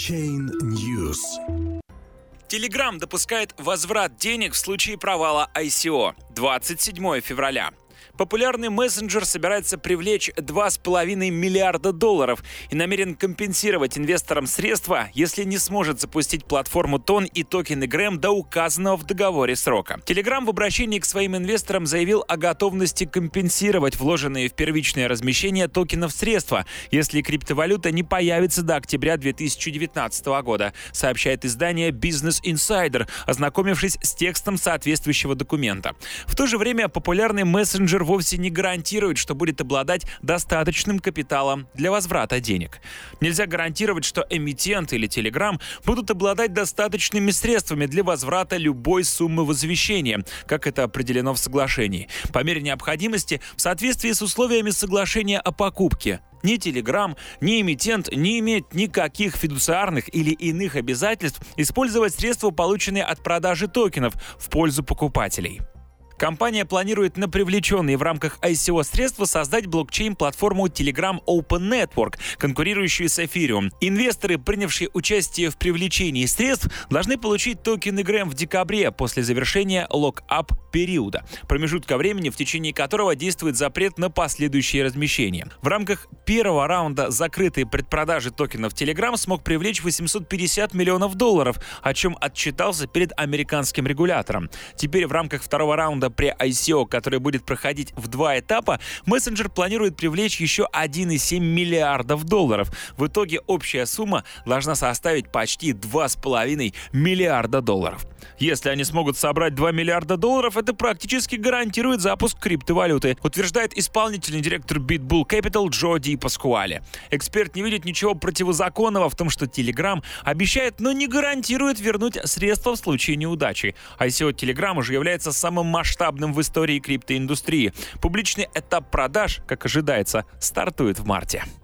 Chain News. Telegram допускает возврат денег в случае провала ICO. 27 февраля. Популярный мессенджер собирается привлечь $2,5 миллиарда и намерен компенсировать инвесторам средства, если не сможет запустить платформу Ton и токены Gram до указанного в договоре срока. Telegram в обращении к своим инвесторам заявил о готовности компенсировать вложенные в первичное размещение токенов средства, если криптовалюта не появится до октября 2019 года, сообщает издание Business Insider, ознакомившись с текстом соответствующего документа. В то же время популярный мессенджер вовсе не гарантирует, что будет обладать достаточным капиталом для возврата денег. Нельзя гарантировать, что эмитент или Telegram будут обладать достаточными средствами для возврата любой суммы возвещения, как это определено в соглашении, по мере необходимости в соответствии с условиями соглашения о покупке. Ни Telegram, ни эмитент не имеют никаких фидуциарных или иных обязательств использовать средства, полученные от продажи токенов, в пользу покупателей. Компания планирует на привлеченные в рамках ICO средства создать блокчейн-платформу Telegram Open Network, конкурирующую с Ethereum. Инвесторы, принявшие участие в привлечении средств, должны получить токены Gram в декабре после завершения лок-ап периода, промежутка времени, в течение которого действует запрет на последующее размещение. В рамках первого раунда закрытой предпродажи токенов Telegram смог привлечь $850 миллионов, о чем отчитался перед американским регулятором. Теперь в рамках второго раунда при ICO, который будет проходить в 2 этапа, мессенджер планирует привлечь еще $1,7 миллиарда. В итоге общая сумма должна составить почти $2,5 миллиарда. Если они смогут собрать $2 миллиарда, это практически гарантирует запуск криптовалюты, утверждает исполнительный директор BitBull Capital Джо Ди Паскуале. Эксперт не видит ничего противозаконного в том, что Telegram обещает, но не гарантирует вернуть средства в случае неудачи. ICO Telegram уже является самым масштабным в истории криптоиндустрии. Публичный этап продаж, как ожидается, стартует в марте.